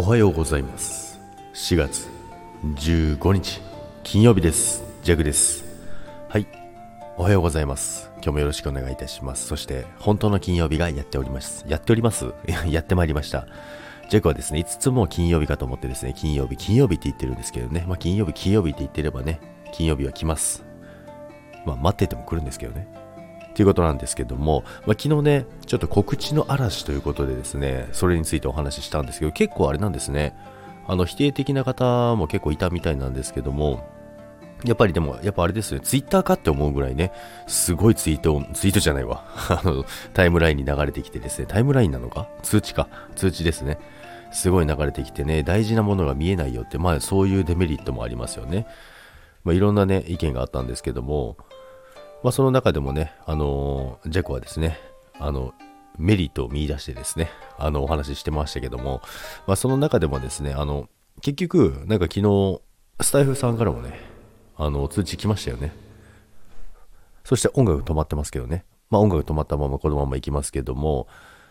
おはようございます。4月15日金曜日です。ジャグです。はい、おはようございます。今日もよろしくお願いいたします。そして本当の金曜日がやってまいりました。ジャグはですね、5つも金曜日かと思ってですね、金曜日って言ってるんですけどね、金曜日って言ってればね、金曜日は来ます。待ってても来るんですけどねということなんですけども、昨日ね、ちょっと告知の嵐ということでですね、それについてお話ししたんですけど、結構あれなんですね、否定的な方も結構いたみたいなんですけども、やっぱあれですよね、ツイッターかって思うぐらいね、すごいツイートじゃないわタイムラインに流れてきてですね、タイムラインなのか通知ですね、すごい流れてきてね、大事なものが見えないよって、そういうデメリットもありますよね。いろんなね、意見があったんですけども、その中でもね、ジャコはですね、メリットを見出してですね、お話ししてましたけども、その中でもですね、結局、なんか昨日、スタイフさんからもね、通知来ましたよね。そして音楽止まってますけどね。音楽止まったままこのままいきますけども、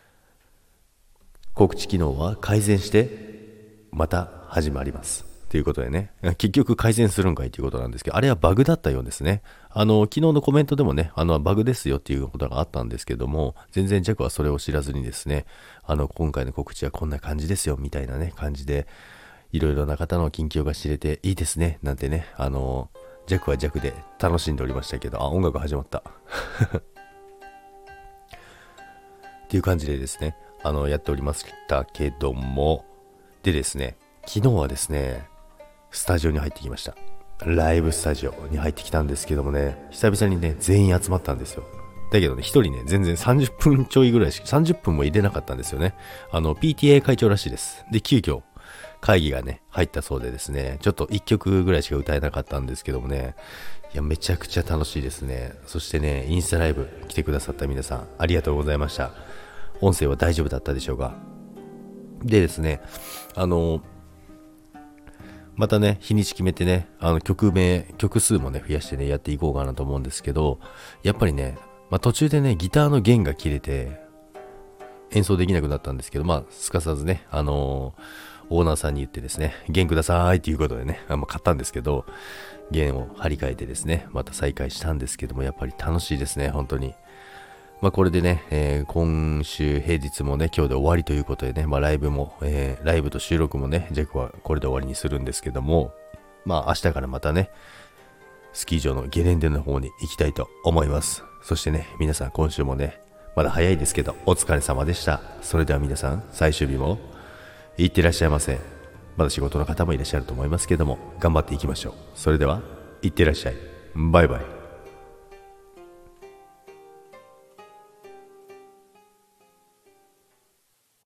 告知機能は改善して、また始まります。ということでね、結局改善するんかいということなんですけど、あれはバグだったようですね。昨日のコメントでもね、バグですよっていうことがあったんですけども、全然ジャックはそれを知らずにですね、今回の告知はこんな感じですよみたいなね、感じで、いろいろな方の近況が知れていいですね、なんてね、ジャックはジャックで楽しんでおりましたけど、音楽始まった。っていう感じでですね、やっておりましたけども、でですね、昨日はですね、スタジオに入ってきました。ライブスタジオに入ってきたんですけどもね、久々にね、全員集まったんですよ。だけどね、一人ね、全然30分ちょいぐらい30分も入れなかったんですよね。PTA 会長らしいです。で、急遽、会議がね、入ったそうでですね、ちょっと1曲ぐらいしか歌えなかったんですけどもね、いや、めちゃくちゃ楽しいですね。そしてね、インスタライブ来てくださった皆さん、ありがとうございました。音声は大丈夫だったでしょうか。でですね、またね、日にち決めてね、曲数もね、増やしてね、やっていこうかなと思うんですけど、やっぱりね、途中でね、ギターの弦が切れて、演奏できなくなったんですけど、すかさずね、オーナーさんに言ってですね、弦くださいっていうことでね、買ったんですけど、弦を張り替えてですね、また再開したんですけども、やっぱり楽しいですね、本当に。これでね、今週平日もね、今日で終わりということでね、ライブと収録もね、ジャックはこれで終わりにするんですけども、明日からまたね、スキー場のゲレンデの方に行きたいと思います。そしてね、皆さん今週もね、まだ早いですけど、お疲れ様でした。それでは皆さん、最終日も、いってらっしゃいませ。まだ仕事の方もいらっしゃると思いますけども、頑張っていきましょう。それでは、いってらっしゃい。バイバイ。